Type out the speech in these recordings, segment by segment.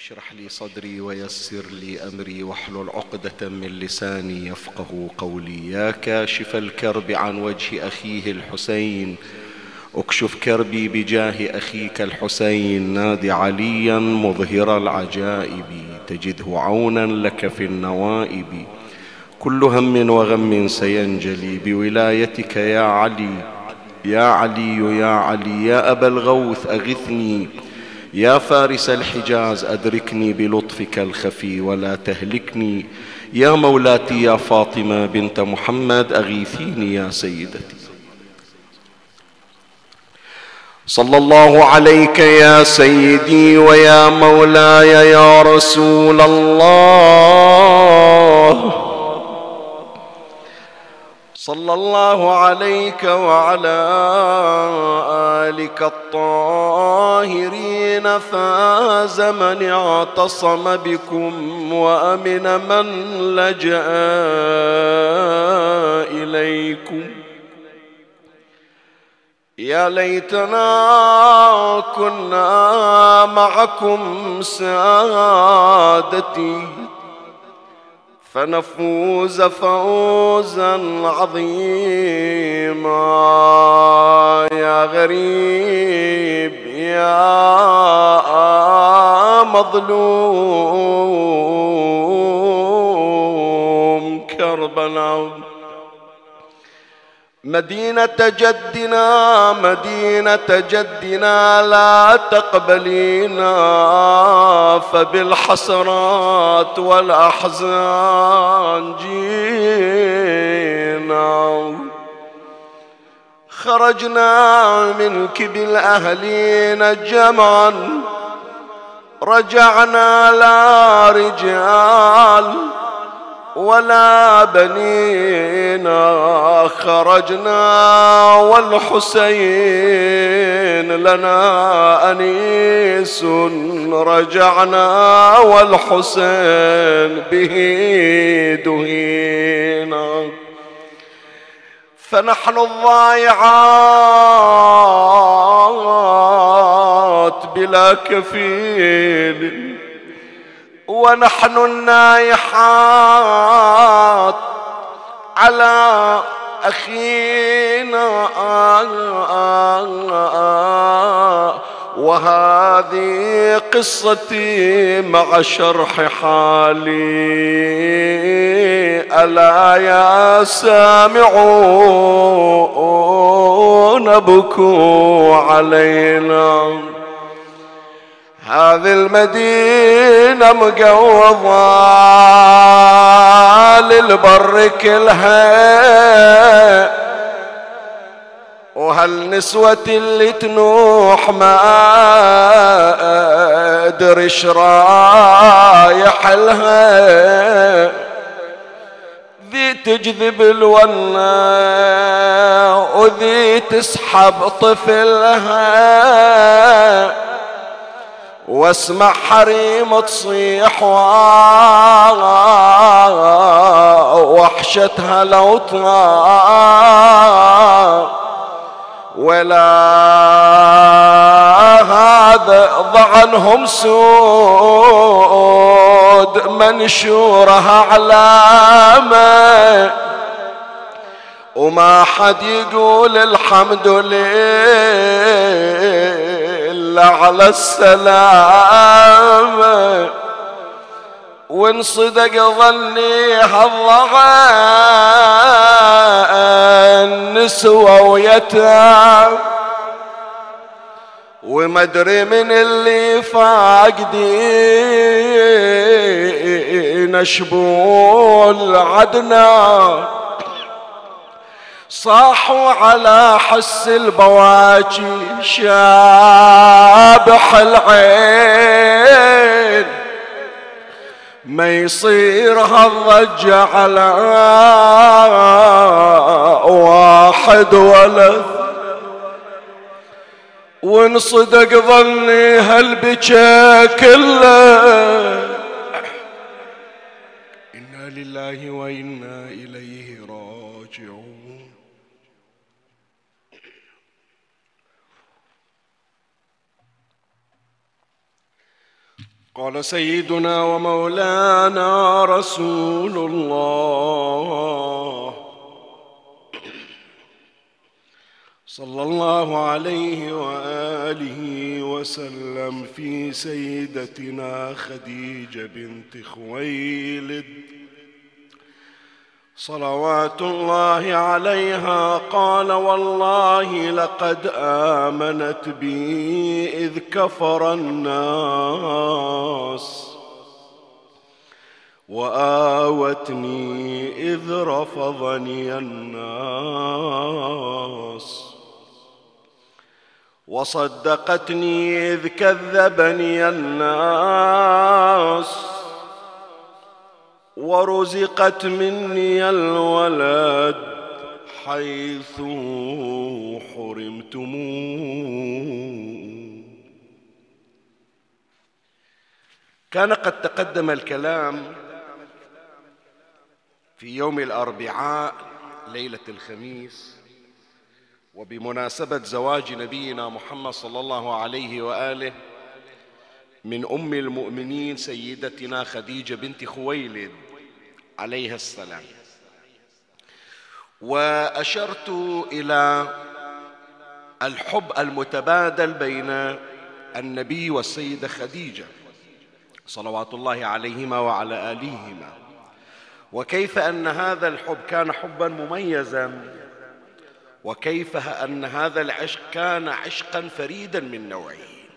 اشرح لي صدري ويسر لي أمري واحلل عقدة من لساني يفقه قولي. يا كاشف الكرب عن وجه أخيه الحسين، اكشف كربي بجاه أخيك الحسين. نادي عليا مظهر العجائب، تجده عونا لك في النوائب. كل هم وغم سينجلي بولايتك يا علي، يا علي يا علي. يا أبا الغوث أغثني، يا فارس الحجاز أدركني بلطفك الخفي ولا تهلكني. يا مولاتي يا فاطمة بنت محمد أغيثيني يا سيدتي. صلى الله عليك يا سيدي ويا مولاي يا رسول الله. صلى الله عليك وعلى آلك الطاهرين. فاز من اعتصم بكم وأمن من لجأ إليكم. يا ليتنا كنا معكم سادتي، فنفوز فوزا عظيما. يا غريب يا مظلوم كربلاء، مدينة جدنا مدينة جدنا لا تقبلينا، فبالحسرات والأحزان جينا. خرجنا منك بالأهلين جمعا، رجعنا لا رجال ولا بنينا. خرجنا والحسين لنا أنيس، رجعنا والحسين به دهينا. فنحن الضائعات بلا كفيل، ونحن النايحات على أخينا. وهذه قصتي مع شرح حالي. ألا يا سامعون ابكوا علينا. هذه المدينة مقوضة للبر كلها، وهالنسوة اللي تنوح ما أدري ايش رايح لها. ذي تجذب الونة وذي تسحب طفلها، واسمع حريم تصيح وحشتها لو طار. ولا هذا ضعنهم سود منشورها علامة، وما حد يقول الحمد لله على السلامة. وان صدق ظني هالضعن نسوى ويتام، وما ادري من اللي فاقدين شبول عدنا. صاحوا على حس البواجي شابح العين، ما يصير هالضجة على واحد ولد. وان صدق ظني هالبكا كله، إنا لله وإنا إليه راجعون. قال سيدنا ومولانا رسول الله صلى الله عليه وآله وسلم في سيدتنا خديجة بنت خويلد صلوات الله عليها، قال والله لقد آمنت بي إذ كفر الناس، وآوتني إذ رفضني الناس، وصدقتني إذ كذبني الناس، ورزقت مني الولد حيث حرمتموه. كان قد تقدم الكلام في يوم الأربعاء ليلة الخميس، وبمناسبة زواج نبينا محمد صلى الله عليه وآله من أم المؤمنين سيدتنا خديجة بنت خويلد عليها السلام، وأشرت إلى الحب المتبادل بين النبي والسيدة خديجة صلوات الله عليهما وعلى آلهما، وكيف أن هذا الحب كان حبا مميزا، وكيف أن هذا العشق كان عشقا فريدا من نوعه.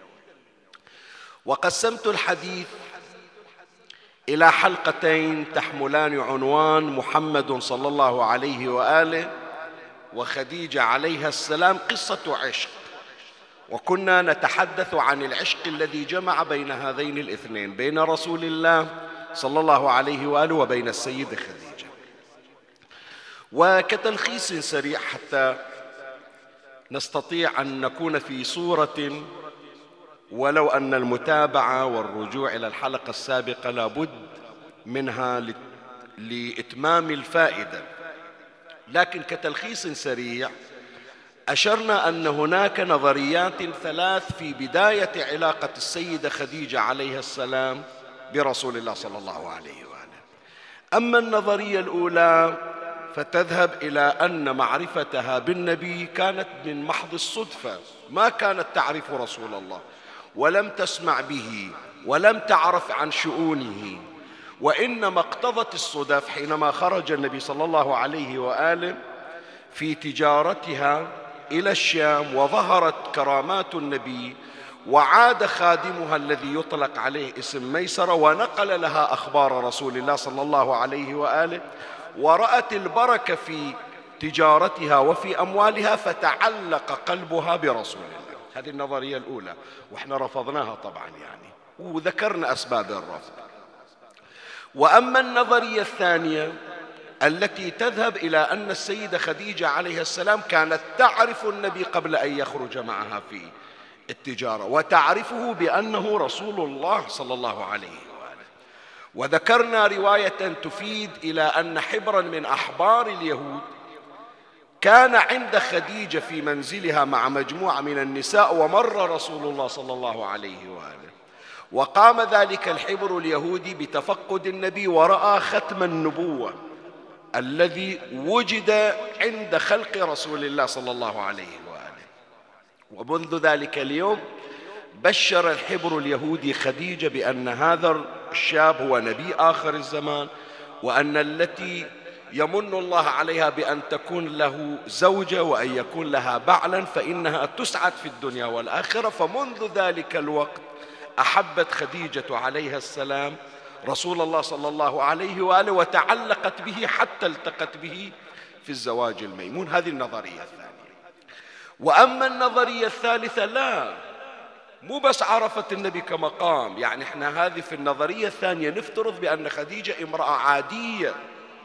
وقسمت الحديث إلى حلقتين تحملان عنوان محمد صلى الله عليه وآله وخديجة عليها السلام قصة عشق، وكنا نتحدث عن العشق الذي جمع بين هذين الاثنين، بين رسول الله صلى الله عليه وآله وبين السيدة خديجة. وكتلخيص سريع حتى نستطيع أن نكون في صورة، ولو أن المتابعة والرجوع إلى الحلقة السابقة لابد منها لإتمام الفائدة، لكن كتلخيص سريع أشرنا أن هناك نظريات ثلاث في بداية علاقة السيدة خديجة عليها السلام برسول الله صلى الله عليه وآله. أما النظرية الأولى فتذهب إلى أن معرفتها بالنبي كانت من محض الصدفة، ما كانت تعرف رسول الله ولم تسمع به ولم تعرف عن شؤونه، وإنما اقتضت الصدف حينما خرج النبي صلى الله عليه وآله في تجارتها إلى الشام وظهرت كرامات النبي، وعاد خادمها الذي يطلق عليه اسم ميسرة ونقل لها أخبار رسول الله صلى الله عليه وآله، ورأت البركة في تجارتها وفي أموالها فتعلق قلبها برسول الله. هذه النظرية الأولى، وإحنا رفضناها طبعا وذكرنا أسباب الرفض. وأما النظرية الثانية التي تذهب إلى أن السيدة خديجة عليه السلام كانت تعرف النبي قبل أن يخرج معها في التجارة، وتعرفه بأنه رسول الله صلى الله عليه وآله. وذكرنا رواية تفيد إلى أن حبرا من أحبار اليهود كان عند خديجة في منزلها مع مجموعة من النساء، ومر رسول الله صلى الله عليه وآله، وقام ذلك الحبر اليهودي بتفقد النبي ورأى ختم النبوة الذي وجد عند خلق رسول الله صلى الله عليه وآله. ومنذ ذلك اليوم بشر الحبر اليهودي خديجة بأن هذا الشاب هو نبي آخر الزمان، وأن التي يمن الله عليها بأن تكون له زوجة وأن يكون لها بعلا فإنها تسعد في الدنيا والآخرة. فمنذ ذلك الوقت أحبت خديجة عليها السلام رسول الله صلى الله عليه وآله، وتعلقت به حتى التقت به في الزواج الميمون. هذه النظرية الثانية. وأما النظرية الثالثة لا، مو بس عرفت النبي كمقام، احنا هذه في النظرية الثانية نفترض بأن خديجة امرأة عادية،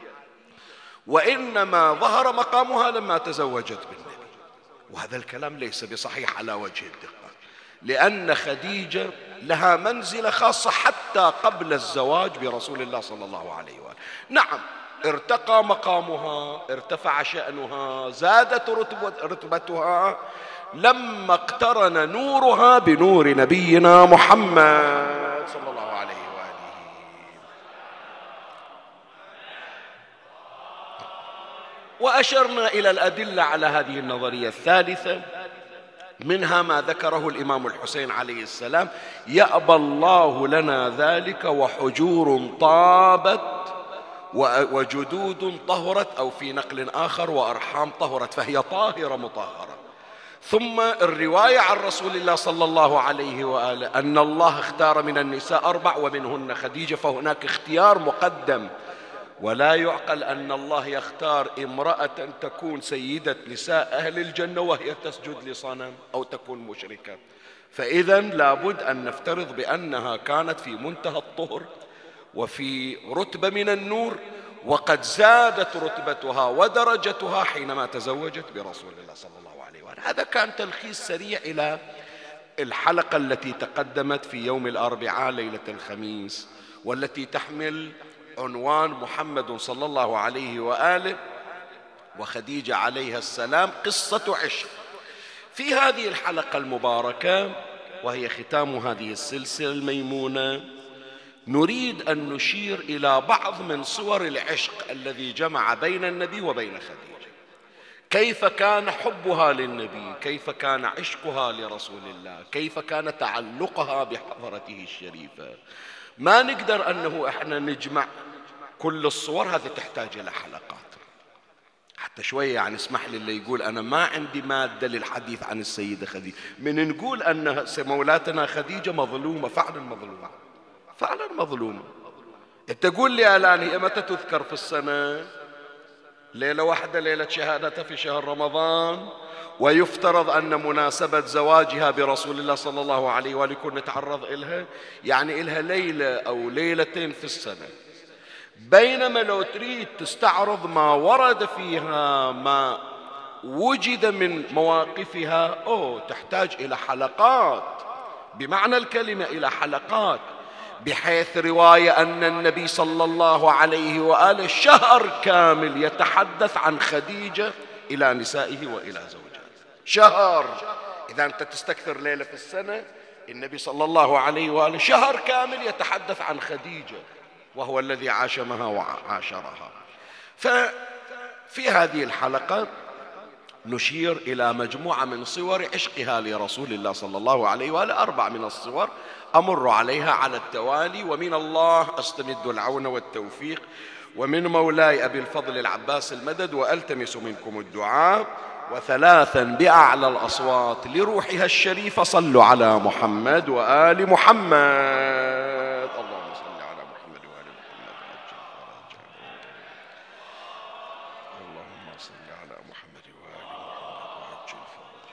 وإنما ظهر مقامها لما تزوجت بالنبي، وهذا الكلام ليس بصحيح على وجه الدقة، لأن خديجة لها منزلة خاصة حتى قبل الزواج برسول الله صلى الله عليه وآله. نعم ارتقى مقامها، ارتفع شأنها، زادت رتبتها لما اقترن نورها بنور نبينا محمد صلى الله عليه وسلم. وأشرنا إلى الأدلة على هذه النظرية الثالثة، منها ما ذكره الإمام الحسين عليه السلام: يأبى الله لنا ذلك وحجور طابت وجدود طهرت، أو في نقل آخر وأرحام طهرت، فهي طاهرة مطهرة. ثم الرواية عن رسول الله صلى الله عليه وآله أن الله اختار من النساء 4 ومنهن خديجة، فهناك اختيار مقدم، ولا يعقل أن الله يختار امرأة تكون سيدة نساء أهل الجنة وهي تسجد لصنم أو تكون مشركة. فإذا لابد أن نفترض بأنها كانت في منتهى الطهر وفي رتبة من النور، وقد زادت رتبتها ودرجتها حينما تزوجت برسول الله صلى الله عليه وآله. هذا كان تلخيص سريع إلى الحلقة التي تقدمت في يوم الأربعاء ليلة الخميس، والتي تحمل عنوان محمد صلى الله عليه وآله وخديجة عليها السلام قصة عشق. في هذه الحلقة المباركة وهي ختام هذه السلسلة الميمونة، نريد أن نشير إلى بعض من صور العشق الذي جمع بين النبي وبين خديجة. كيف كان حبها للنبي، كيف كان عشقها لرسول الله، كيف كان تعلقها بحضرته الشريفة. ما نقدر أنه إحنا نجمع كل الصور، هذه تحتاج إلى حلقات. حتى شوية يعني اسمح لي اللي يقول أنا ما عندي مادة للحديث عن السيدة خديجة، من نقول أن مولاتنا خديجة مظلومة، فعلا مظلومة، فعلا مظلومة. أنت قول لي الآن هي متى تذكر في السنة؟ ليلة واحدة، ليلة شهادتها في شهر رمضان، ويفترض أن مناسبة زواجها برسول الله صلى الله عليه وآله يكون نتعرض إلها، يعني إلها ليلة أو ليلتين في السنة. بينما لو تريد تستعرض ما ورد فيها، ما وجد من مواقفها، تحتاج إلى حلقات، بمعنى الكلمة إلى حلقات، بحيث رواية أن النبي صلى الله عليه وآله شهر كامل يتحدث عن خديجة إلى نسائه وإلى زوجاته. شهر، إذا أنت تستكثر ليلة في السنة، النبي صلى الله عليه وآله شهر كامل يتحدث عن خديجة، وهو الذي عاشمها وعاشرها. ففي هذه الحلقة نشير إلى مجموعة من صور عشقها لرسول الله صلى الله عليه وآله. 4 من الصور أمر عليها على التوالي، ومن الله أستمد العون والتوفيق، ومن مولاي أبي الفضل العباس المدد، وألتمس منكم الدعاء. 3 بأعلى الأصوات لروحها الشريفة: صلوا على محمد وآل محمد. اللهم صل على محمد وآل محمد. اللهم صل على محمد وآل محمد وعجل فرجا.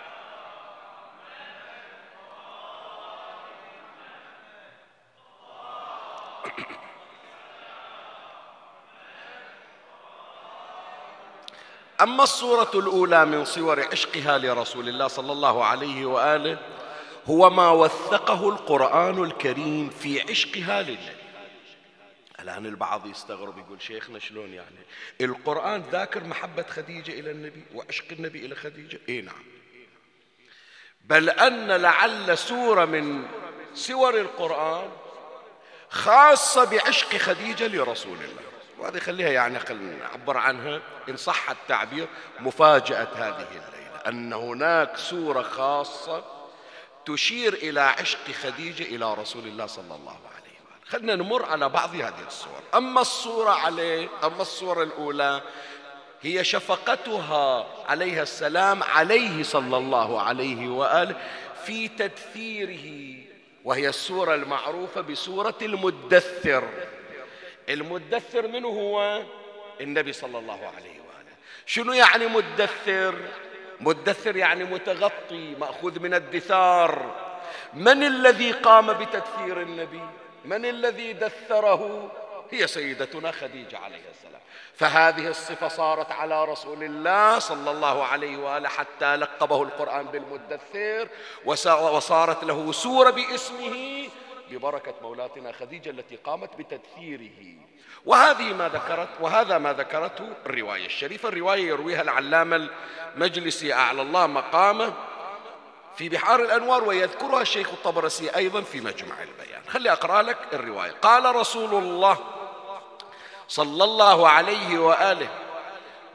أما الصورة الأولى من صور عشقها لرسول الله صلى الله عليه وآله هو ما وثقه القرآن الكريم في عشقها لله. الآن البعض يستغرب يقول شيخنا شلون يعني القرآن ذاكر محبة خديجة إلى النبي وعشق النبي إلى خديجة؟ نعم، بل أن لعل سورة من سور القرآن خاصة بعشق خديجة لرسول الله، وهذه خليها يعني نعبر عنها إن صح التعبير مفاجأة هذه الليلة، أن هناك سورة خاصة تشير إلى عشق خديجة إلى رسول الله صلى الله عليه وآله. خلنا نمر على بعض هذه الصور. أما الصورة الأولى هي شفقتها عليها السلام عليه صلى الله عليه وآله في تدثيره، وهي السورة المعروفة بسورة المدثر. المدثر منه هو النبي صلى الله عليه وآله. شنو يعني مدثر؟ مدثر يعني متغطي، مأخوذ من الدثار. من الذي قام بتدثير النبي؟ من الذي دثره؟ هي سيدتنا خديجة عليها السلام. فهذه الصفة صارت على رسول الله صلى الله عليه وآله حتى لقبه القرآن بالمدثر، وصارت له سورة باسمه ببركة مولاتنا خديجة التي قامت بتدثيره. وهذا ما ذكرته الرواية الشريفة. الرواية يرويها العلامة المجلسي أعلى الله مقامه في بحار الأنوار، ويذكرها الشيخ الطبرسي أيضا في مجمع البيان. خلي أقرأ لك الرواية. قال رسول الله صلى الله عليه وآله: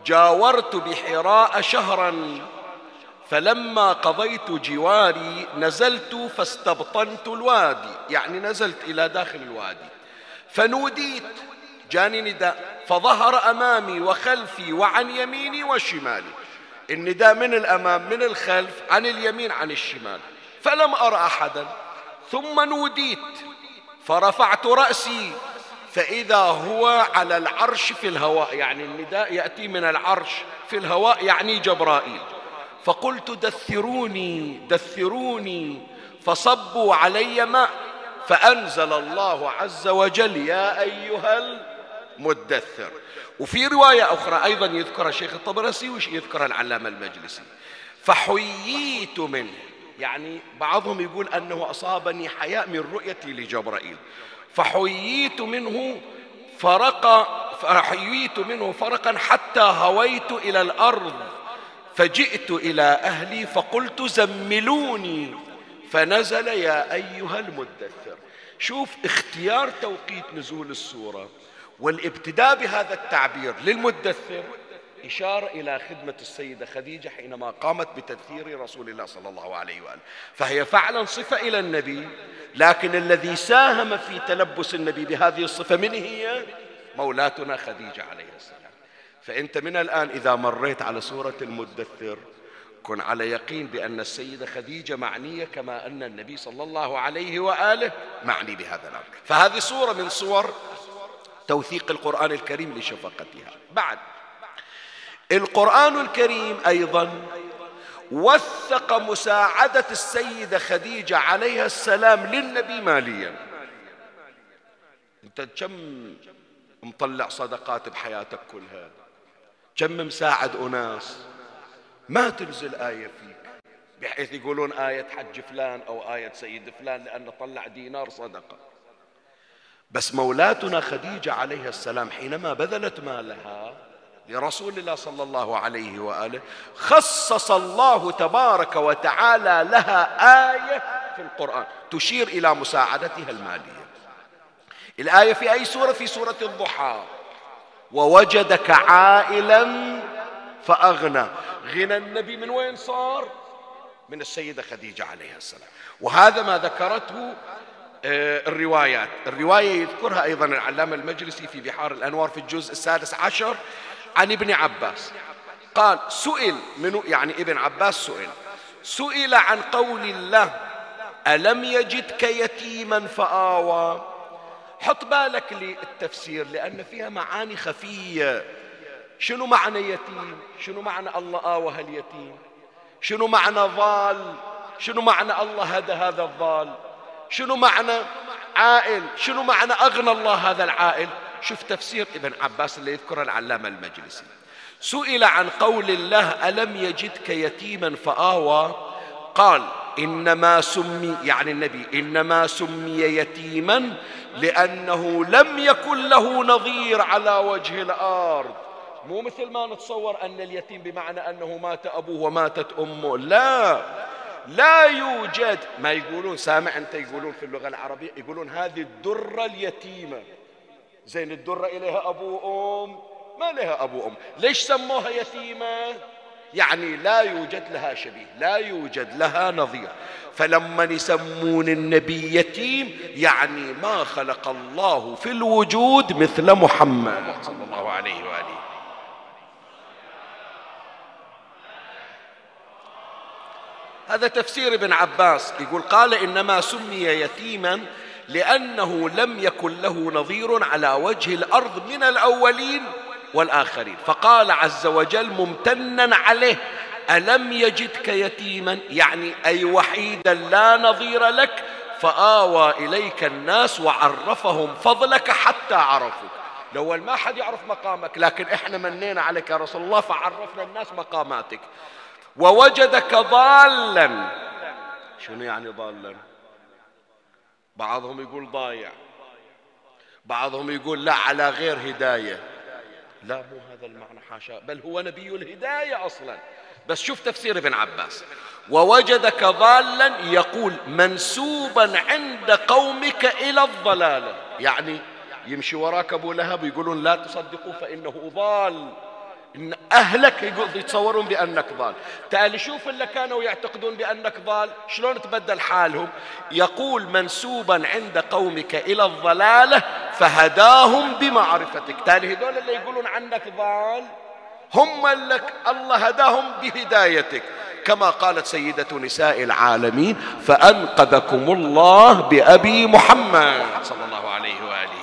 جاورت بحراء شهرا فلما قضيت جواري نزلت فاستبطنت الوادي، يعني نزلت إلى داخل الوادي فنوديت، جاني نداء، فظهر أمامي وخلفي وعن يميني وشمالي، النداء من الأمام من الخلف عن اليمين عن الشمال، فلم أرى أحدا. ثم نوديت فرفعت رأسي فإذا هو على العرش في الهواء، يعني النداء يأتي من العرش في الهواء يعني جبرائيل. فقلت دثروني دثروني فصبوا علي ماء، فأنزل الله عز وجل يا أيها المدثر. وفي رواية أخرى أيضا يذكر الشيخ الطبرسي ويذكر العلامة المجلسي، فحييت منه، يعني بعضهم يقول أنه أصابني حياء من رؤيتي لجبرائيل، فحييت منه فرقا حتى هويت إلى الأرض، فجئت إلى أهلي فقلت زملوني، فنزل يا أيها المدثر. شوف اختيار توقيت نزول السورة والابتداء بهذا التعبير للمدثر إشارة إلى خدمة السيدة خديجة حينما قامت بتدثير رسول الله صلى الله عليه وآله، فهي فعلا صفة إلى النبي، لكن الذي ساهم في تلبس النبي بهذه الصفة من هي؟ مولاتنا خديجة عليه السلام. فأنت من الآن إذا مريت على سورة المدثر كن على يقين بأن السيدة خديجة معنية كما أن النبي صلى الله عليه وآله معني بهذا الأمر. فهذه صورة من صور توثيق القرآن الكريم لشفقتها. بعد القرآن الكريم أيضا وثق مساعدة السيدة خديجة عليها السلام للنبي ماليا. أنت كم مطلع صدقات بحياتك كلها، كم مساعد أناس، ما تنزل آية فيك بحيث يقولون آية حج فلان أو آية سيد فلان لأنه طلع دينار صدقة. بس مولاتنا خديجة عليها السلام حينما بذلت مالها لرسول الله صلى الله عليه وآله خصص الله تبارك وتعالى لها آية في القرآن تشير إلى مساعدتها المالية. الآية في أي سورة؟ في سورة الضحى: ووجدك عائلا فأغنى. غنى النبي من وين صار؟ من السيدة خديجة عليها السلام. وهذا ما ذكرته الروايات. الرواية يذكرها أيضا العلامة المجلسي في بحار الأنوار في الجزء 16 عن ابن عباس قال سئل يعني ابن عباس سئل عن قول الله ألم يجدك يتيما فآوى. حط بالك للتفسير لأن فيها معاني خفية. شنو معنى يتيم؟ شنو معنى الله آوى اليتيم؟ شنو معنى ضال؟ شنو معنى الله هدى هذا الضال؟ شنو معنى عائل؟ شنو معنى أغنى الله هذا العائل؟ شوف تفسير ابن عباس اللي يذكر العلامة المجلسي. سئل عن قول الله ألم يجدك يتيما فآوى قال إنما سمي، يعني النبي إنما سمي يتيما لأنه لم يكن له نظير على وجه الأرض. مو مثل ما نتصور أن اليتيم بمعنى أنه مات أبوه وماتت أمه، لا يوجد. ما يقولون، سامع أنت يقولون في اللغة العربية يقولون هذه الدرة اليتيمة. زين الدرة إليها أبو أم؟ ما لها أبو أم. ليش سموها يتيمة؟ يعني لا يوجد لها شبيه، لا يوجد لها نظير. فلما يسمون النبي يتيم يعني ما خلق الله في الوجود مثل محمد صلى الله عليه وآله. هذا تفسير ابن عباس. يقول قال إنما سمي يتيما لأنه لم يكن له نظير على وجه الأرض من الأولين والآخرين، فقال عز وجل ممتنا عليه ألم يجدك يتيما، يعني أي وحيدا لا نظير لك، فآوى إليك الناس وعرفهم فضلك حتى عرفوك. لو ما حد يعرف مقامك، لكن إحنا منينا عليك يا رسول الله فعرفنا الناس مقاماتك. ووجدك ضالا. شنو يعني ضالا؟ بعضهم يقول ضايع، بعضهم يقول لا على غير هداية. لا، مو هذا المعنى، حاشا، بل هو نبي الهداية أصلا. بس شوف تفسير ابن عباس: ووجدك ضالا يقول منسوبا عند قومك إلى الضلالة، يعني يمشي وراك أبو لهب يقولون لا تصدقوا فإنه ضال، إن أهلك يتصورون بأنك ضال. تالي شوف اللي كانوا يعتقدون بأنك ضال شلون تبدل حالهم. يقول منسوبا عند قومك إلى الضلالة فهداهم بمعرفتك. تالي هذول اللي يقولون عنك ضال هم اللي الله هداهم بهدايتك، كما قالت سيدة نساء العالمين فأنقذكم الله بأبي محمد صلى الله عليه وآله.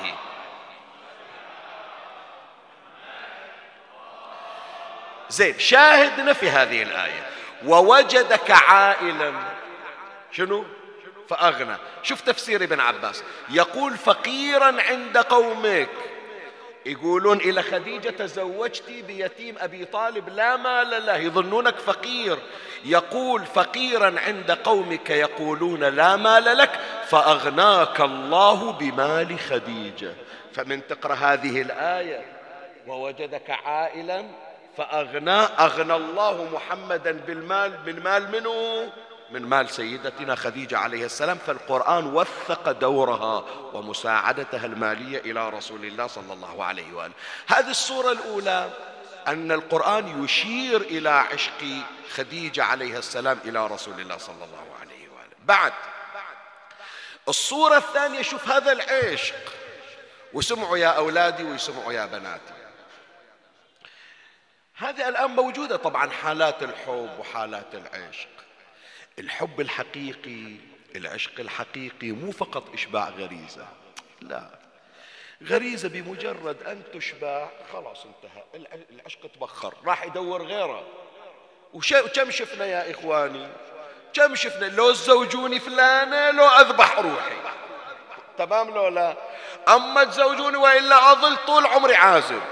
زين، شاهدنا في هذه الآية ووجدك عائلا شنو؟ فأغنى. شوف تفسير ابن عباس، يقول فقيرا عند قومك، يقولون إلى خديجة تزوجتي بيتيم أبي طالب لا مال له، يظنونك فقير. يقول فقيرا عند قومك يقولون لا مال لك فأغناك الله بمال خديجة. فمن تقرأ هذه الآية ووجدك عائلا أغنى الله محمدا بالمال، من مال منه؟ من مال سيدتنا خديجة عليه السلام. فالقرآن وثق دورها ومساعدتها المالية إلى رسول الله صلى الله عليه وآله. هذه الصورة الأولى، أن القرآن يشير إلى عشق خديجة عليه السلام إلى رسول الله صلى الله عليه وآله. بعد الصورة الثانية، شوف هذا العشق، وسمعوا يا أولادي ويسمعوا يا بناتي، هذه الآن موجودة طبعا حالات الحب وحالات العشق. الحب الحقيقي، العشق الحقيقي مو فقط إشباع غريزة، لا، غريزة بمجرد أن تشبع خلاص انتهى، العشق تبخر، راح يدور غيره. وكم شفنا يا إخواني، كم شفنا لو تزوجوني فلانة لو أذبح روحي، تمام لو لا، أما تزوجوني وإلا أظل طول عمري عازب.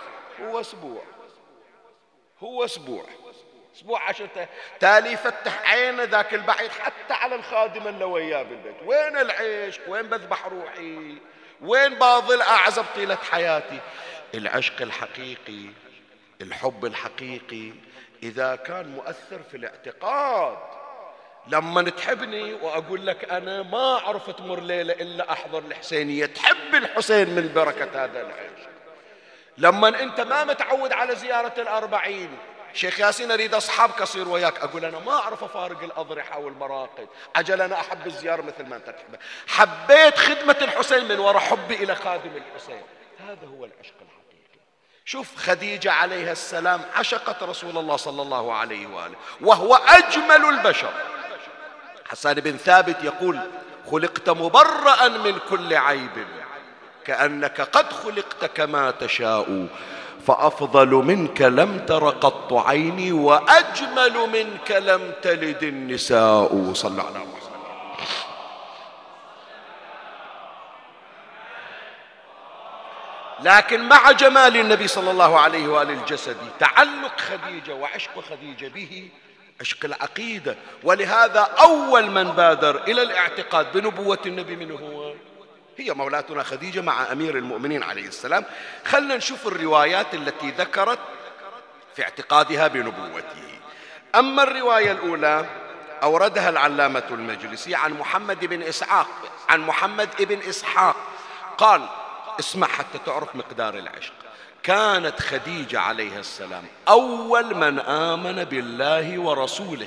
هو أسبوع عشرة تالي يفتح عينه ذاك البعيد حتى على الخادمة اللي وياه بالبيت. وين العشق؟ وين بذبح روحي؟ وين باظل أعزب طيلة حياتي؟ العشق الحقيقي، الحب الحقيقي إذا كان مؤثر في الاعتقاد. لما تحبني وأقول لك أنا ما أعرف تمر ليلة إلا أحضر الحسينية، تحب الحسين من بركة هذا العشق. لما أنت ما متعود على زيارة الأربعين، شيخ ياسين أريد أصحابك أصير وياك، أقول أنا ما أعرف أفارق الأضرحة والمراقد، أجل أنا أحب الزيارة مثل ما أنت تحبه. حبيت خدمة الحسين من وراء حبي إلى خادم الحسين. هذا هو العشق الحقيقي. شوف خديجة عليها السلام عشقت رسول الله صلى الله عليه وآله وهو أجمل البشر. حسان بن ثابت يقول خلقت مبرأ من كل عيب كأنك قد خلقت كما تشاء، فأفضل منك لم تر قط عيني وأجمل منك لم تلد النساء. صلى على محمد. لكن مع جمال النبي صلى الله عليه وآله الجسدي، تعلق خديجة وعشق خديجة به عشق العقيدة. ولهذا أول من بادر إلى الاعتقاد بنبوة النبي من هو؟ هي مولاتنا خديجة مع أمير المؤمنين عليه السلام. خلنا نشوف الروايات التي ذكرت في اعتقادها بنبوته. أما الرواية الأولى أوردها العلامة المجلسي عن محمد بن إسحاق قال، اسمع حتى تعرف مقدار العشق، كانت خديجة عليها السلام أول من آمن بالله ورسوله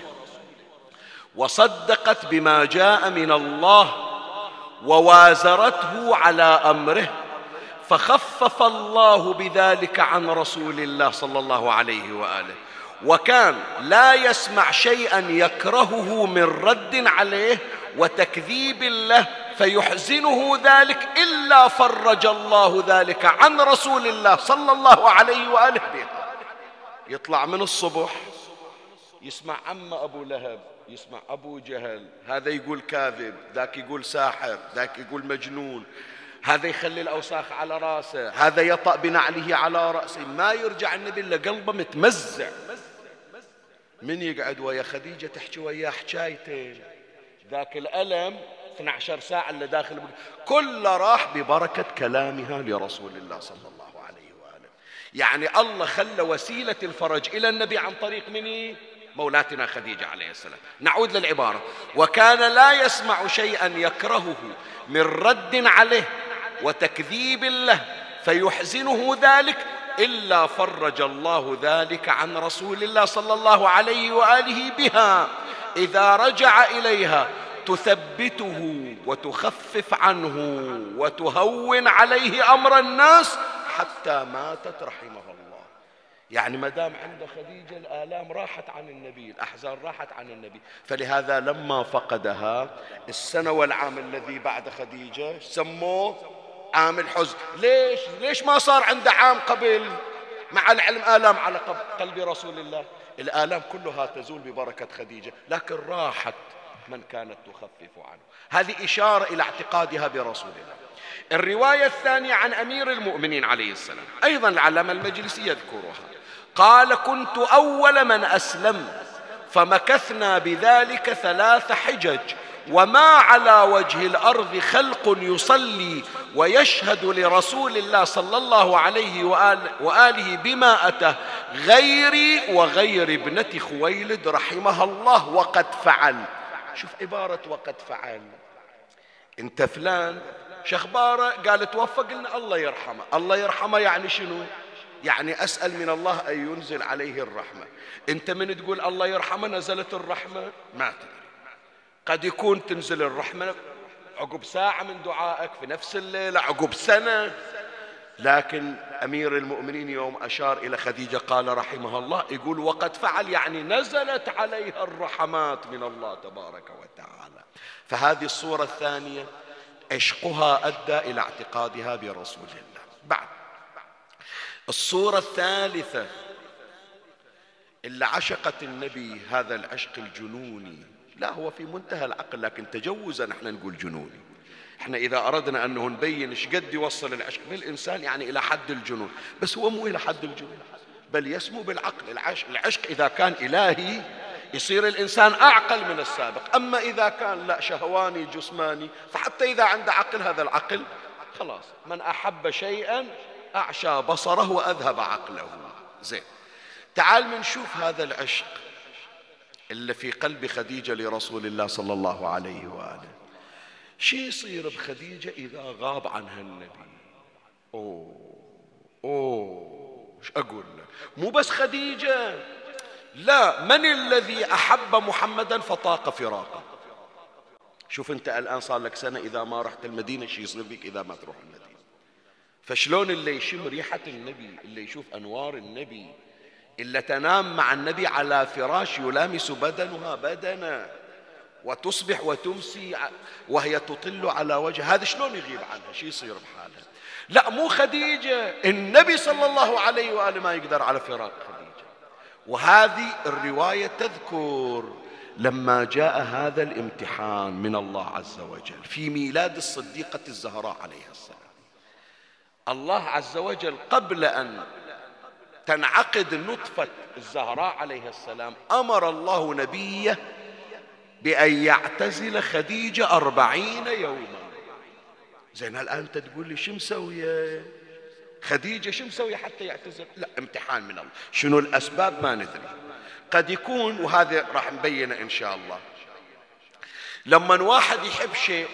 وصدقت بما جاء من الله ووازرته على أمره، فخفف الله بذلك عن رسول الله صلى الله عليه وآله، وكان لا يسمع شيئا يكرهه من رد عليه وتكذيب له فيحزنه ذلك إلا فرج الله ذلك عن رسول الله صلى الله عليه وآله بيته. يطلع من الصبح يسمع عم أبو لهب، يسمع أبو جهل، هذا يقول كاذب، ذاك يقول ساحر، ذاك يقول مجنون، هذا يخلي الأوساخ على راسه، هذا يطأ بنعله على رأسه، ما يرجع النبي إلا قلبه متمزع. من يقعد ويا خديجة تحكي وياه حكايتين، ذاك الألم 12 ساعة اللي داخل كله راح ببركة كلامها لرسول الله صلى الله عليه وآله. يعني الله خلى وسيلة الفرج إلى النبي عن طريق مني مولاتنا خديجة عليه السلام. نعود للعبارة، وكان لا يسمع شيئا يكرهه من رد عليه وتكذيب له فيحزنه ذلك إلا فرج الله ذلك عن رسول الله صلى الله عليه وآله بها إذا رجع إليها تثبته وتخفف عنه وتهون عليه أمر الناس حتى ماتت رحمه الله. يعني ما دام عند خديجة الآلام راحت عن النبي، الأحزان راحت عن النبي، فلهذا لما فقدها السنة والعام الذي بعد خديجة سموه عام الحزن. ليش ما صار عنده عام قبل؟ مع العلم آلام على قلب رسول الله، الآلام كلها تزول ببركة خديجة، لكن راحت من كانت تخفف عنه. هذه إشارة إلى اعتقادها برسول الله. الرواية الثانية عن أمير المؤمنين عليه السلام، أيضا العلامة المجلسي يذكرها، قال: كنت أول من أسلم فمكثنا بذلك 3 حجج، وما على وجه الأرض خلق يصلي ويشهد لرسول الله صلى الله عليه وآله بما أتى غيري وغير ابنة خويلد رحمها الله وقد فعل. شوف عبارة وقد فعل. انت فلان شخباره؟ قال توفى، قلنا الله يرحمه. الله يرحمه يعني شنو؟ يعني أسأل من الله أن ينزل عليه الرحمة. انت من تقول الله يرحمه نزلت الرحمة؟ ما تدري، قد يكون تنزل الرحمة عقب ساعة من دعائك، في نفس الليلة، عقب سنة. لكن أمير المؤمنين يوم أشار إلى خديجة قال رحمها الله، يقول وقد فعل، يعني نزلت عليها الرحمات من الله تبارك وتعالى. فهذه الصورة الثانية عشقها أدى إلى اعتقادها برسول الله. بعد الصورة الثالثة اللي عشقت النبي، هذا العشق الجنوني، لا هو في منتهى العقل، لكن تجوزا احنا نقول جنوني. احنا إذا أردنا أنه نبين ايش قد يوصل العشق بالإنسان يعني إلى حد الجنون، بس هو مو إلى حد الجنون، بل يسمو بالعقل. العشق إذا كان إلهي يصير الإنسان أعقل من السابق، أما إذا كان لا شهواني جسماني، فحتى إذا عنده عقل هذا العقل خلاص، من أحب شيئا أعشى بصره وأذهب عقله. زين، تعال منشوف هذا العشق اللي في قلب خديجة لرسول الله صلى الله عليه وآله. شي يصير بخديجة إذا غاب عنها النبي؟ ايش أقول لك؟ مو بس خديجة، لا، من الذي أحب محمدا فطاق فراقه؟ شوف أنت الآن صار لك سنة إذا ما رحت المدينة، شي يصير بك إذا ما تروح المدينة؟ فشلون اللي يشم ريحة النبي، اللي يشوف أنوار النبي، اللي تنام مع النبي على فراش يلامس بدنها بدنا، وتصبح وتمسي وهي تطل على وجه، هذا شلون يغيب عنها؟ شي يصير بحالها؟ لا، مو خديجة، النبي صلى الله عليه وآله ما يقدر على فراق خديجة. وهذه الرواية تذكر لما جاء هذا الامتحان من الله عز وجل في ميلاد الصديقة الزهراء عليها السلام، الله عز وجل قبل أن تنعقد نطفة الزهراء عليها السلام أمر الله نبيه بأن يعتزل خديجة 40 يوما. زين، الآن أنت تقول لي شو مسوية خديجة، شو مسوية حتى يعتزل؟ لا، امتحان من الله. شنو الأسباب؟ ما ندري، قد يكون، وهذا راح نبينه إن شاء الله، لما واحد يحب شيء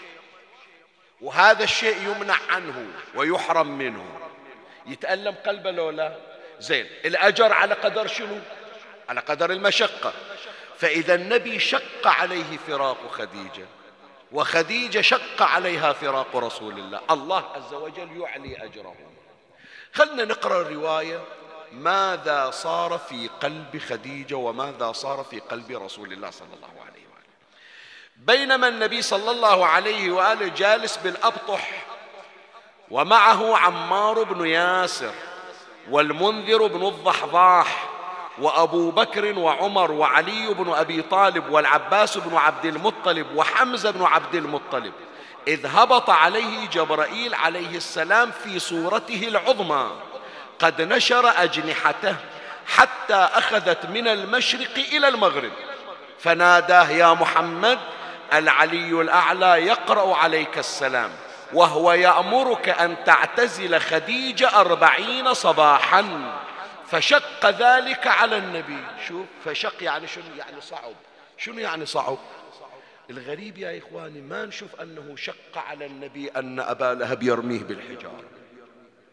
وهذا الشيء يمنع عنه ويحرم منه، يتألم قلبه لو لا؟ زين، الأجر على قدر شنو؟ على قدر المشقة. فإذا النبي شق عليه فراق خديجة، وخديجة شق عليها فراق رسول الله، الله عز وجل يعلي أجرهم. خلنا نقرأ الرواية، ماذا صار في قلب خديجة وماذا صار في قلب رسول الله صلى الله عليه وآله. بينما النبي صلى الله عليه وآله جالس بالأبطح، ومعه عمار بن ياسر والمنذر بن الضحضاح وأبو بكر وعمر وعلي بن أبي طالب والعباس بن عبد المطلب وحمزة بن عبد المطلب، إذ هبط عليه جبرائيل عليه السلام في صورته العظمى قد نشر أجنحته حتى أخذت من المشرق إلى المغرب، فناداه: يا محمد، العلي الأعلى يقرأ عليك السلام، وهو يأمرك أن تعتزل خديجة 40 صباحا. فشق ذلك على النبي. شوف، فشق يعني شنو؟ يعني صعب. شنو يعني صعب؟ الغريب يا إخواني ما نشوف أنه شق على النبي أن أبا لهب يرميه بالحجارة،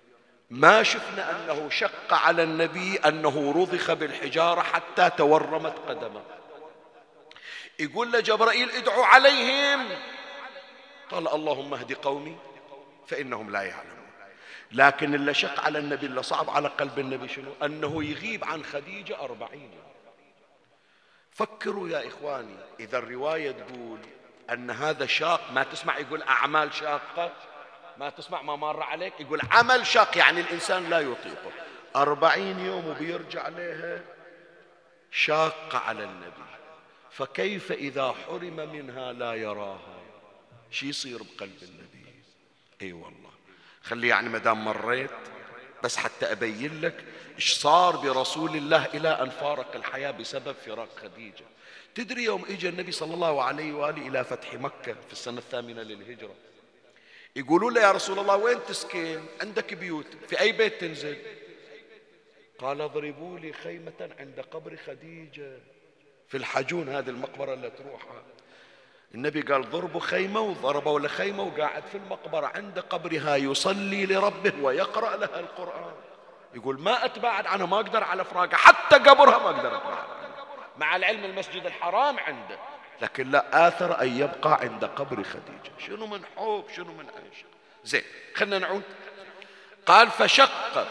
ما شفنا أنه شق على النبي أنه رضخ بالحجارة حتى تورمت قدمه. يقول له جبرائيل ادعوا عليهم، قال اللهم اهد قومي فإنهم لا يعلمون. لكن اللي شق على النبي، اللي صعب على قلب النبي شنو؟ أنه يغيب عن خديجة 40 يوم. فكروا يا إخواني، إذا الرواية تقول أن هذا شاق، ما تسمع يقول أعمال شاقة، ما تسمع ما مر عليك يقول عمل شاق، يعني الإنسان لا يطيقه. 40 يوم وبيرجع لها شاقة على النبي، فكيف إذا حرم منها لا يراها؟ شي يصير بقلب النبي؟ اي والله. خلي يعني مدام مريت بس حتى أبين لك إيش صار برسول الله إلى أن فارق الحياة بسبب فراق خديجة. تدري يوم إجا النبي صلى الله عليه وآله إلى فتح مكة في السنة 8 للهجرة، يقولوا له يا رسول الله وين تسكن؟ عندك بيوت، في أي بيت تنزل؟ قال اضربوا لي خيمة عند قبر خديجة في الحجون، هذه المقبرة اللي تروحها. النبي قال ضربوا خيمة، وضربوا له خيمة وقاعد في المقبرة عند قبرها يصلي لربه ويقرأ لها القرآن. يقول ما أتباعد عنها، ما أقدر على فراقها، حتى قبرها ما أقدر أتباعد عنها، مع العلم المسجد الحرام عنده، لكن لا، آثر أن يبقى عند قبر خديجة. شنو من حب، شنو من عشق. زين، خلنا نعود. قال فشق،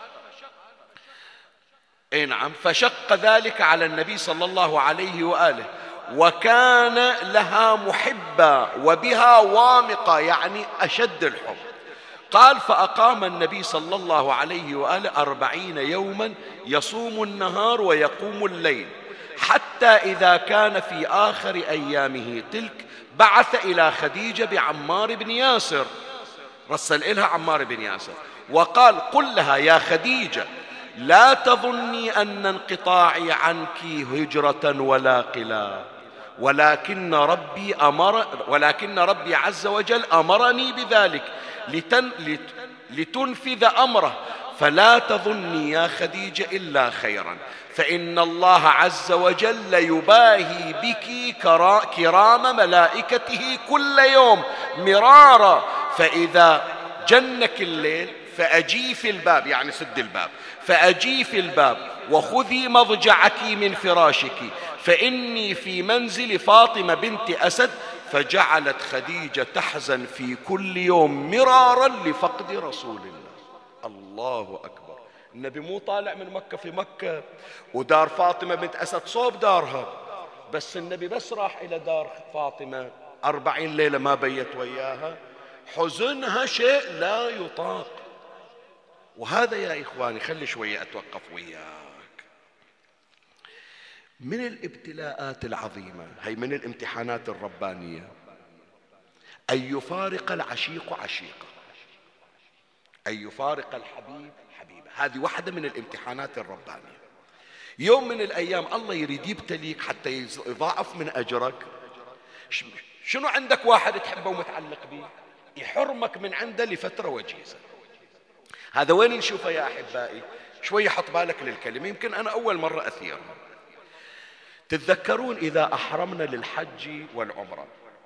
اي نعم، فشق ذلك على النبي صلى الله عليه وآله، وكان لها محبة وبها وامقة، يعني أشد الحب. قال فأقام النبي صلى الله عليه وآله 40 يوما يصوم النهار ويقوم الليل، حتى إذا كان في آخر أيامه تلك بعث إلى خديجة بعمار بن ياسر، رسل إلها عمار بن ياسر وقال قل لها يا خديجة لا تظني أن انقطاعي عنك هجرة ولا قلا، ولكن ربي عز وجل أمرني بذلك لتنفذ أمره، فلا تظني يا خديجة إلا خيرا، فإن الله عز وجل يباهي بك كرام ملائكته كل يوم مرارا، فإذا جنك الليل فأجي في الباب، يعني سد الباب، فأجي في الباب وخذي مضجعك من فراشك، فإني في منزل فاطمة بنت أسد. فجعلت خديجة تحزن في كل يوم مرارا لفقد رسول الله. الله أكبر. النبي مو طالع من مكة، في مكة ودار فاطمة بنت أسد صوب دارها، بس النبي بس راح إلى دار فاطمة 40 ليلة ما بيت وياها، حزنها شيء لا يطاق. وهذا يا إخواني، خلي شوية أتوقف وياك، من الابتلاءات العظيمة هي، من الامتحانات الربانية، أن يفارق العشيق عشيقه، أن يفارق الحبيب حبيبه. هذه واحدة من الامتحانات الربانية. يوم من الأيام الله يريد يبتليك حتى يضاعف من أجرك. شنو عندك واحد تحبه ومتعلق به يحرمك من عنده لفترة وجيزة، هذا وين نشوفه يا أحبائي؟ شوي حط بالك للكلمة، يمكن أنا أول مرة أثيرها. تتذكرون إذا أحرمنا للحج والعمرة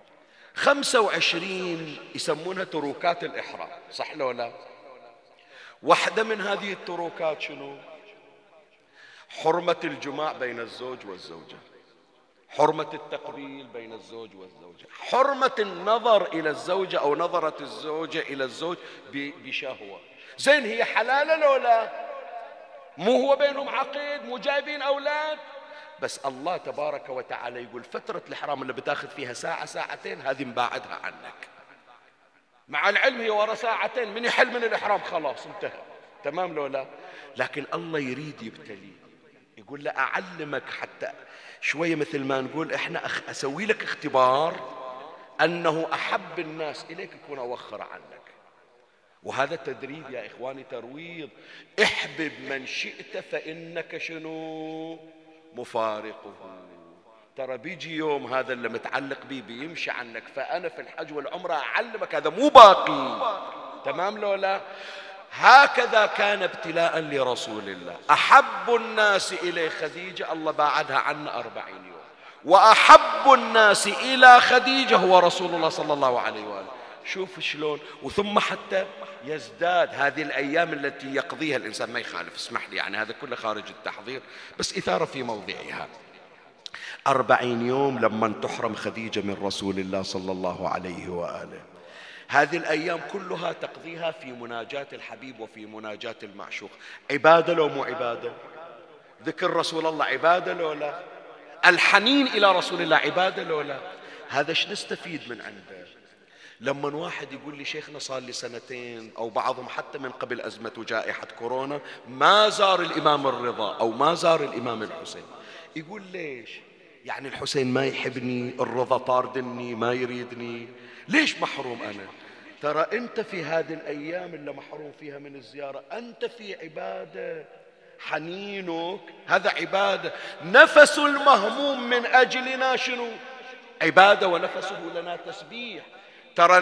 25 يسمونها تروكات الإحرام، صح لو لا؟ واحدة من هذه التروكات شنو؟ حرمة الجماع بين الزوج والزوجة، حرمة التقبيل بين الزوج والزوجة، حرمة النظر إلى الزوجة أو نظرة الزوجة إلى الزوج بشهوة. زين، هي حلالة لو لا؟ مو هو بينهم عقد، مو جايبين أولاد، بس الله تبارك وتعالى يقول فترة الإحرام اللي بتاخذ فيها ساعة ساعتين هذه مباعدها عنك، مع العلم هي ورا ساعتين، من يحل من الإحرام خلاص انتهى، تمام لو لا؟ لكن الله يريد يبتلي، يقول له أعلمك حتى شوية، مثل ما نقول إحنا أسوي لك اختبار أنه أحب الناس إليك يكون أوخر عنك. وهذا تدريب يا إخواني، ترويض. احبب من شئت فإنك شنو؟ مفارقه. ترى بيجي يوم هذا اللي متعلق بيه بيمشي عنك، فأنا في الحج والعمرة أعلمك هذا مو باقي، تمام لو لا؟ هكذا كان ابتلاء لرسول الله. أحب الناس إليه خديجة، الله باعدها عنا 40 يوم، وأحب الناس إلى خديجة هو رسول الله صلى الله عليه وآله. شوف شلون. وثم حتى يزداد هذه الأيام التي يقضيها الإنسان، ما يخالف، اسمح لي يعني هذا كله خارج التحضير بس إثارة في موضعها. 40 يوم لما تحرم خديجة من رسول الله صلى الله عليه وآله، هذه الأيام كلها تقضيها في مناجاة الحبيب وفي مناجاة المعشوق. عبادة لو مو عبادة؟ ذكر رسول الله عبادة لو لا؟ الحنين إلى رسول الله عبادة لو لا؟ هذا ايش نستفيد من عنده؟ لما واحد يقول لي شيخنا صار لي سنتين أو بعضهم حتى من قبل أزمة جائحة كورونا ما زار الإمام الرضا أو ما زار الإمام الحسين، يقول ليش؟ يعني الحسين ما يحبني، الرضا طاردني ما يريدني، ليش محروم أنا؟ ترى أنت في هذه الأيام اللي محروم فيها من الزيارة أنت في عبادة، حنينك هذا عبادة. نفس المهموم من أجلنا شنو؟ عبادة، ونفسه لنا تسبيح. ترى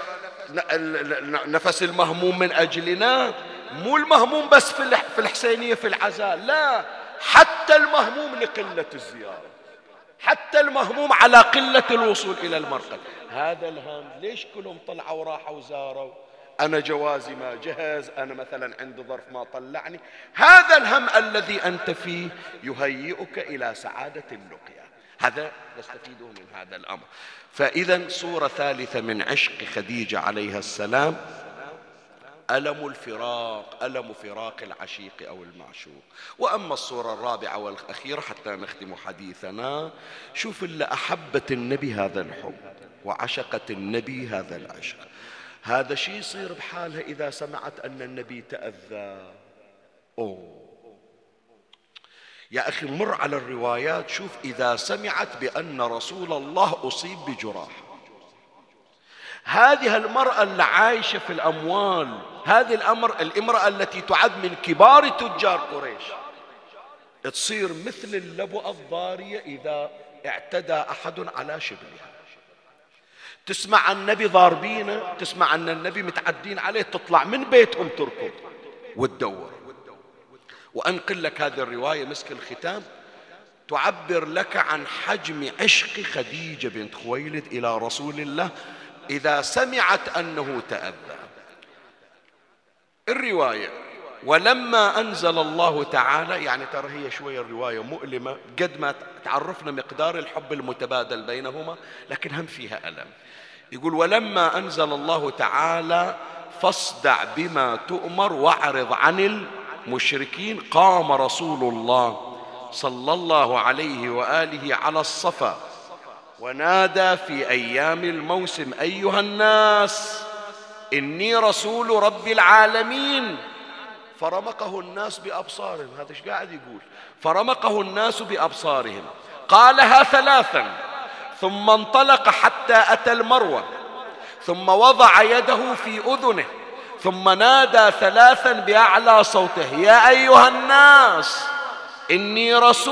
نفس المهموم من أجلنا مو المهموم بس في الحسينية في العزاء، لا، حتى المهموم لقلة الزيارة، حتى المهموم على قلة الوصول إلى المرقد. هذا الهم ليش كلهم طلعوا وراحوا وزاروا؟ أنا جوازي ما جهز، أنا مثلا عندي ظرف ما طلعني. هذا الهم الذي أنت فيه يهيئك إلى سعادة اللقيا، هذا نستفيده من هذا الأمر. فإذا صورة ثالثة من عشق خديجة عليها السلام ألم الفراق، ألم فراق العشيق أو المعشوق. وأما الصورة الرابعة والأخيرة حتى نختم حديثنا، شوف اللي أحبت النبي هذا الحب وعشقت النبي هذا العشق، هذا شيء يصير بحالها إذا سمعت أن النبي تأذى. يا أخي مر على الروايات، شوف إذا سمعت بأن رسول الله أصيب بجراح، هذه المرأة اللي عايشة في الأموال، هذه الامرأة التي تعد من كبار تجار قريش، تصير مثل اللبؤة الضارية إذا اعتدى أحد على شبلها. تسمع عن النبي ضاربينه، تسمع عن النبي متعدين عليه، تطلع من بيتهم تركض وتدور. وأنقل لك هذه الرواية مسك الختام تعبر لك عن حجم عشق خديجة بنت خويلد إلى رسول الله إذا سمعت أنه تأذى. الرواية ولما أنزل الله تعالى، يعني ترى هي شوية الرواية مؤلمة قد ما تعرفنا مقدار الحب المتبادل بينهما، لكن هم فيها ألم. يقول ولما أنزل الله تعالى فاصدع بما تؤمر واعرض عن المشركين، قام رسول الله صلى الله عليه وآله على الصفا ونادى في أيام الموسم أيها الناس إني رسول رب العالمين، فرمقه الناس بأبصارهم. هذا ايش قاعد يقول؟ فرمقه الناس بأبصارهم، قالها ثلاثا ثم انطلق حتى أتى المروة، ثم وضع يده في أذنه، ثم نادى ثلاثا بأعلى صوته يا أيها الناس إني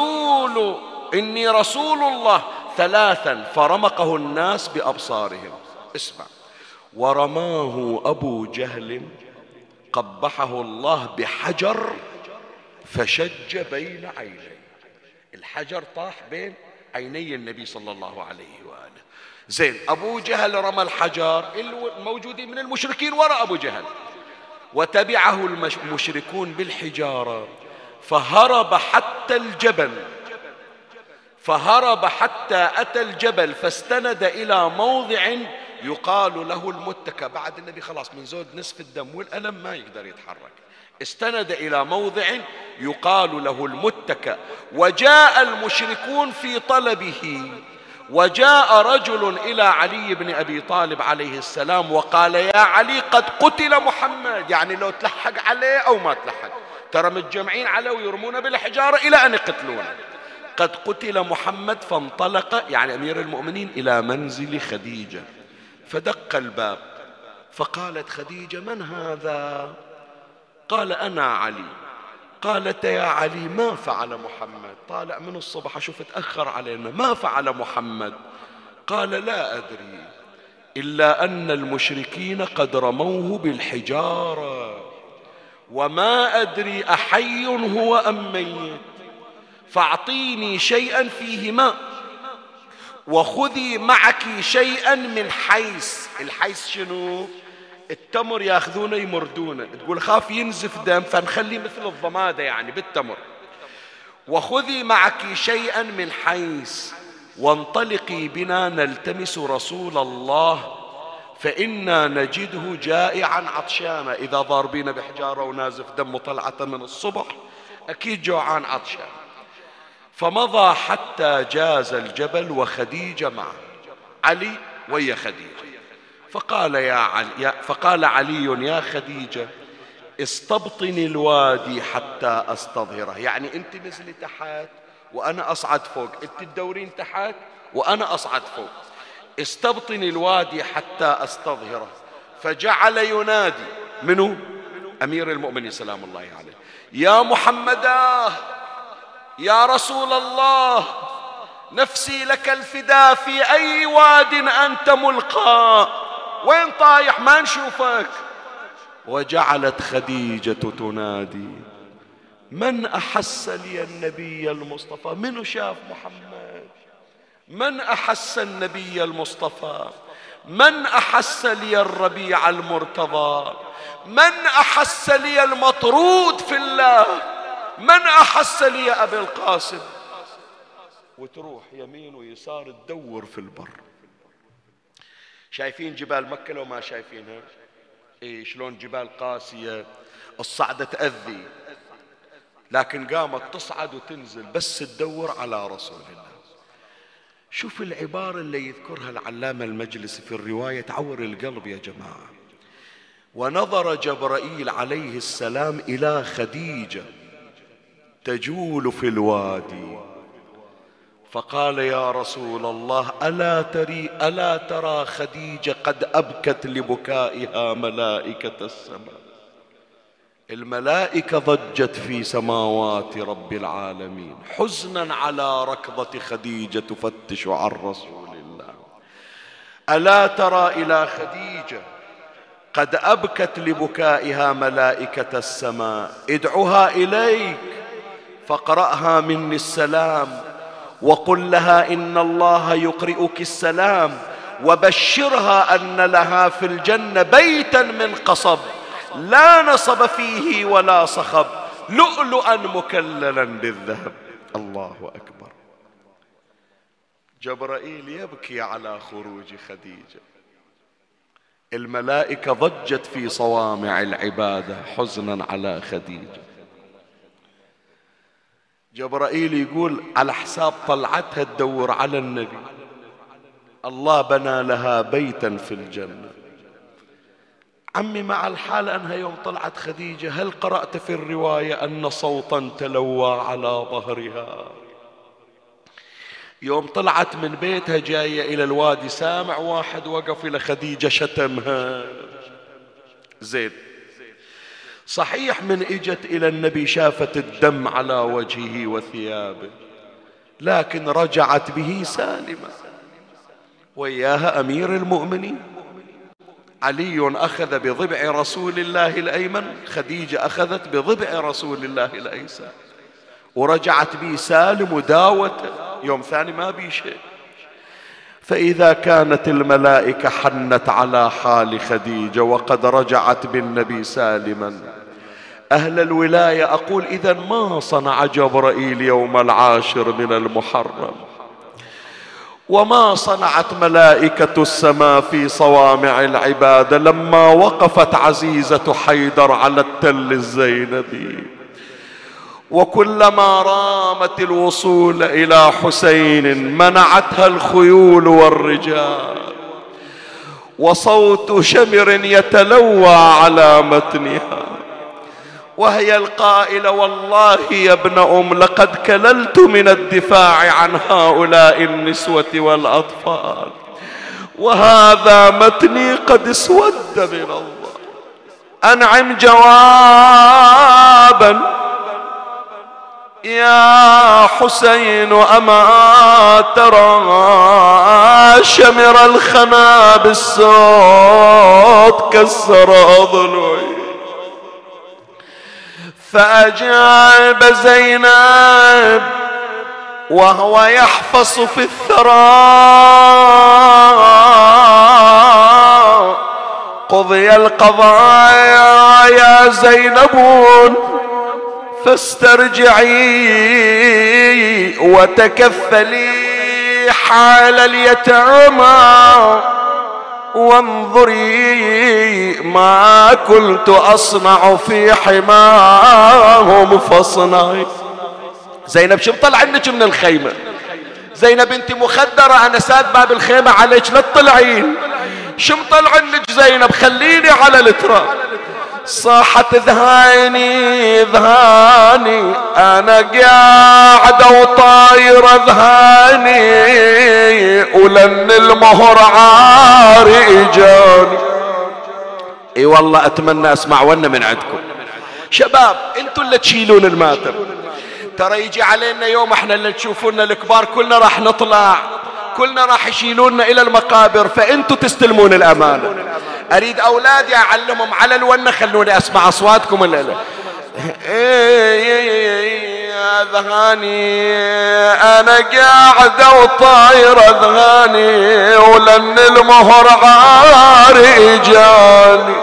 رسول الله ثلاثا، فرمقه الناس بأبصارهم. اسمع، ورماه أبو جهل قبحه الله بحجر فشج بين عينيه، الحجر طاح بين عيني النبي صلى الله عليه وآله. زين، أبو جهل رمى الحجر، الموجودين من المشركين وراء أبو جهل، وتبعه المشركون بالحجارة، فهرب حتى أتى الجبل فاستند إلى موضع يقال له المتكى. بعد النبي خلاص من زود نصف الدم والألم ما يقدر يتحرك، استند إلى موضع يقال له المتكى، وجاء المشركون في طلبه، وجاء رجل إلى علي بن أبي طالب عليه السلام وقال يا علي قد قتل محمد، يعني لو تلحق عليه أو ما تلحق، ترى متجمعين عليه ويرمون بالحجارة إلى أن يقتلونه، قد قتل محمد. فانطلق يعني أمير المؤمنين إلى منزل خديجة، فدق الباب، فقالت خديجة من هذا؟ قال أنا علي. قالت يا علي ما فعل محمد؟ طالع من الصبح أشوف تأخر علينا، ما فعل محمد؟ قال لا أدري إلا أن المشركين قد رموه بالحجارة، وما أدري أحي هو أم ميت، فاعطيني شيئا فيه ماء وخذي معك شيئا من حيث. الحيث شنو؟ التمر ياخذونه يمردونه، تقول خاف ينزف دم فنخليه مثل الضمادة يعني بالتمر. وخذي معك شيئا من حيث وانطلقي بنا نلتمس رسول الله فإنا نجده جائعا عطشانا. إذا ضاربين بحجارة ونازف دم طلعته من الصبح أكيد جوعان عطشان. فمضى حتى جاز الجبل وخديجة معه، علي ويا خديجة. فقال علي يا خديجة استبطني الوادي حتى أستظهره. يعني أنت نزلي تحت وأنا أصعد فوق، أنت تدورين تحت وأنا أصعد فوق، استبطني الوادي حتى أستظهره. فجعل ينادي، منو؟ أمير المؤمنين سلام الله عليه، يا محمدا يا رسول الله نفسي لك الفداء، في أي واد أنت ملقى؟ وين طايح ما نشوفك؟ وجعلت خديجة تنادي من أحس لي النبي المصطفى؟ منو شاف محمد؟ من أحس النبي المصطفى؟ من أحس لي الربيع المرتضى؟ من أحس لي المطرود في الله؟ من أحس لي أبي القاسم؟ وتروح يمين ويسار تدور في البر. شايفين جبال مكة لو ما شايفينها؟ إيه شلون جبال قاسية، الصعدة تأذي، لكن قامت تصعد وتنزل بس تدور على رسول الله. شوف العبارة اللي يذكرها العلامة المجلسي في الرواية تعور القلب يا جماعة. ونظر جبرائيل عليه السلام إلى خديجة تجول في الوادي فقال يا رسول الله ألا ترى خديجة قد أبكت لبكائها ملائكة السماء؟ الملائكة ضجت في سماوات رب العالمين حزنا على ركضة خديجة تفتش عن رسول الله. ألا ترى إلى خديجة قد أبكت لبكائها ملائكة السماء؟ ادعها إليك فاقرأها مني السلام وقل لها إن الله يقرئك السلام وبشرها أن لها في الجنة بيتا من قصب لا نصب فيه ولا صخب لؤلؤا مكللا بالذهب. الله أكبر. جبرائيل يبكي على خروج خديجة، الملائكة ضجت في صوامع العبادة حزنا على خديجة. جبرائيل يقول على حساب طلعتها تدور على النبي، الله بنى لها بيتا في الجنة. عمي مع الحال أنها يوم طلعت خديجة هل قرأت في الرواية أن صوتا تلوى على ظهرها؟ يوم طلعت من بيتها جاية إلى الوادي سامع واحد وقف إلى خديجة شتمها. زين صحيح من اجت إلى النبي شافت الدم على وجهه وثيابه، لكن رجعت به سالمة. وياها أمير المؤمنين علي أخذ بضبع رسول الله الأيمن، خديجة أخذت بضبع رسول الله الأيسر، ورجعت به سالم وداوته يوم ثاني ما بي شيء. فإذا كانت الملائكة حنت على حال خديجة وقد رجعت بالنبي سالما، أهل الولاية أقول إذا ما صنع جبرائيل يوم 10 من المحرم؟ وما صنعت ملائكة السماء في صوامع العبادة لما وقفت عزيزة حيدر على التل الزينبي؟ وكلما رامت الوصول إلى حسين منعتها الخيول والرجال، وصوت شمر يتلوى على متنها، وهي القائلة والله يا ابن لقد كللت من الدفاع عن هؤلاء النسوة والأطفال، وهذا متني قد اسود من الله. أنعم جوابا يا حسين أما ترى شمر الخنا بالصوت كسر ضلوعي. فأجاب زينب وهو يحفص في الثرى قضي القضاء يا زينب فاسترجعي وتكفلي حال اليتامى وانظري ما كنت أصنع في حماهم فاصنعي. زينب شو مطلع عندك من الخيمة؟ زينب انت مخدرة، انا ساد باب الخيمة عليك لا تطلعين. شو مطلع عندك زينب؟ خليني على التراب. صاحت ذهاني ذهاني انا قاعدة وطايرة ذهاني ولن المهر عاري اجاني. اي والله اتمنى اسمع ون من عندكم شباب، انتوا اللي تشيلون الماتم. ترى يجي علينا يوم احنا اللي تشوفونا الكبار كلنا راح نطلع، كلنا راح يشيلوننا الى المقابر، فانتوا تستلمون الامانة. اريد اولادي اعلمهم على الونة، خلوني اسمع اصواتكم الليلة. يا ذهاني انا قاعدة وطايرة ذهاني ولن المهر عاري جاني.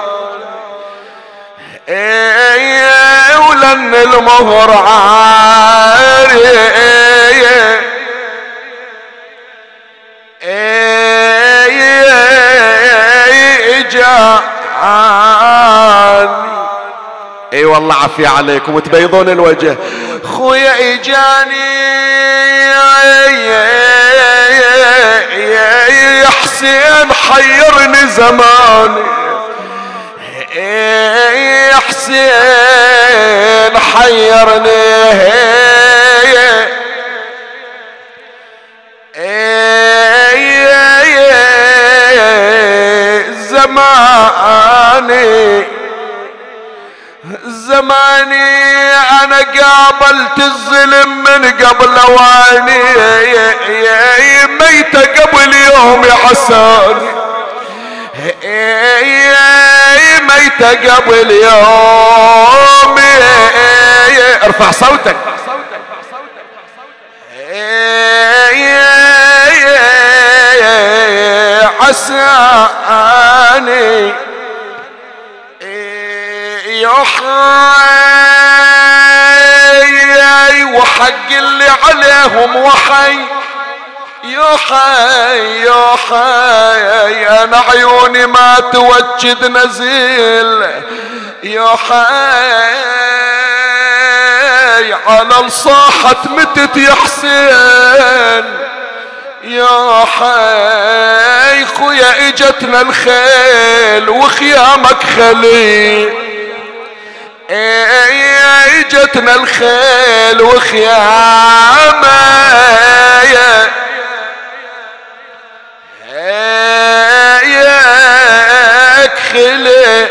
ولن المهر عاري جاني. اي والله عافية عليكم وتبيضون الوجه. خويا اجاني يا حسين حيرني زماني، يا حسين حيرني زماني زماني انا قابلت الظلم من قبل اواني ميتة قبل يوم عساني ميتة قبل يوم. ارفع صوتك. عساني يحي وحق اللي عليهم وحي يحي يحي انا عيوني ما توجد نزيل يحي على الصاحة متت يا حسين يا حي. خويا اجتنا الخيل وخيامك خلي، اجتنا الخيل وخيامك خلي.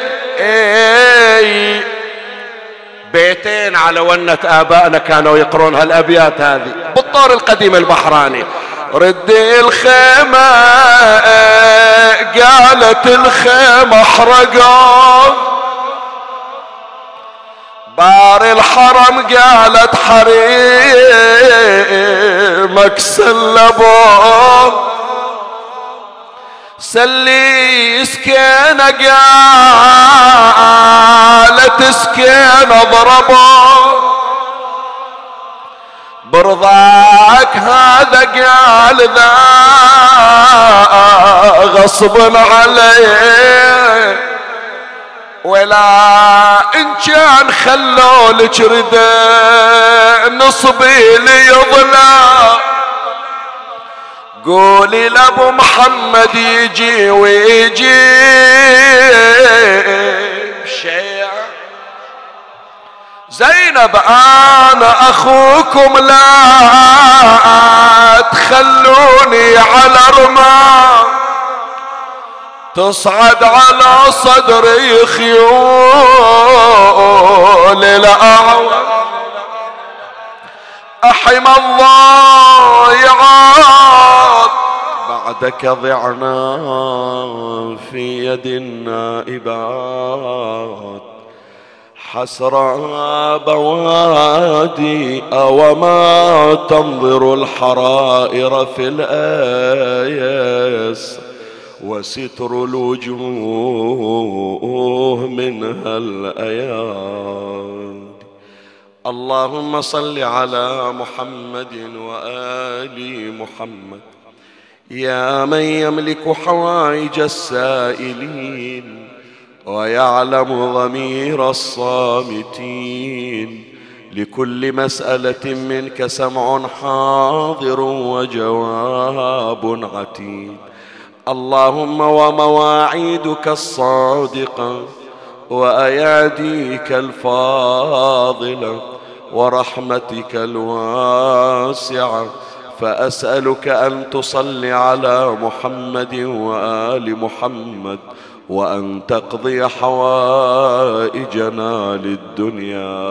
بيتين على ونة آبائنا كانوا يقرون هالأبيات هذه بالطور القديم البحراني. ردي الخيمة قالت الخيمة احرقوا، بار الحرم قالت حريمك سلبوا، سلي سكينة قالت سكينة ضربوا، برضاك هذا قال ذا غصب عليه، ولا ان كان خلوا لك رده نصبي لي ظلا، قولي لابو محمد يجي ويجي شيع. زينب انا اخوكم لا تخلوني على رمى، تصعد على صدري خيول الاعوى، احم الضايعات بعدك ضعنا في يد النائبات، حسرى بوادي أوما تنظر الحرائر في الآيس وستر الوجوه منها الأيادي. اللهم صل على محمد وآل محمد يا من يملك حوائج السائلين ويعلم ضمير الصامتين. لكل مسألة منك سمع حاضر وجواب عتيد. اللهم ومواعيدك الصادقة وأياديك الفاضلة ورحمتك الواسعة، فأسألك أن تصلي على محمد وآل محمد وأن تقضي حوائجنا للدنيا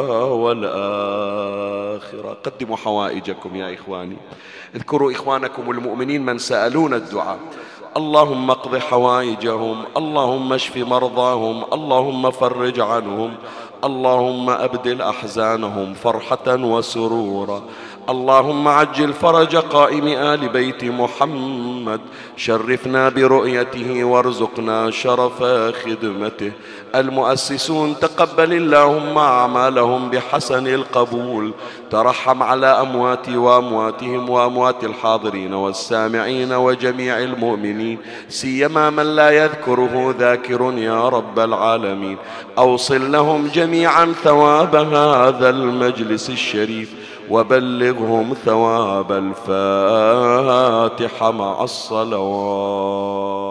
والآخرة. قدموا حوائجكم يا إخواني، اذكروا إخوانكم المؤمنين من سألون الدعاء. اللهم اقض حوائجهم، اللهم اشف مرضاهم، اللهم فرج عنهم، اللهم أبدل أحزانهم فرحة وسرورا. اللهم عجل فرج قائم آل بيت محمد، شرفنا برؤيته وارزقنا شرف خدمته. المؤسسون تقبل اللهم أعمالهم بحسن القبول. ترحم على أمواتي وأمواتهم وأموات الحاضرين والسامعين وجميع المؤمنين، سيما من لا يذكره ذاكر يا رب العالمين. أوصل لهم جميعا ثواب هذا المجلس الشريف، وبلغهم ثواب الفاتحة مع الصلوات.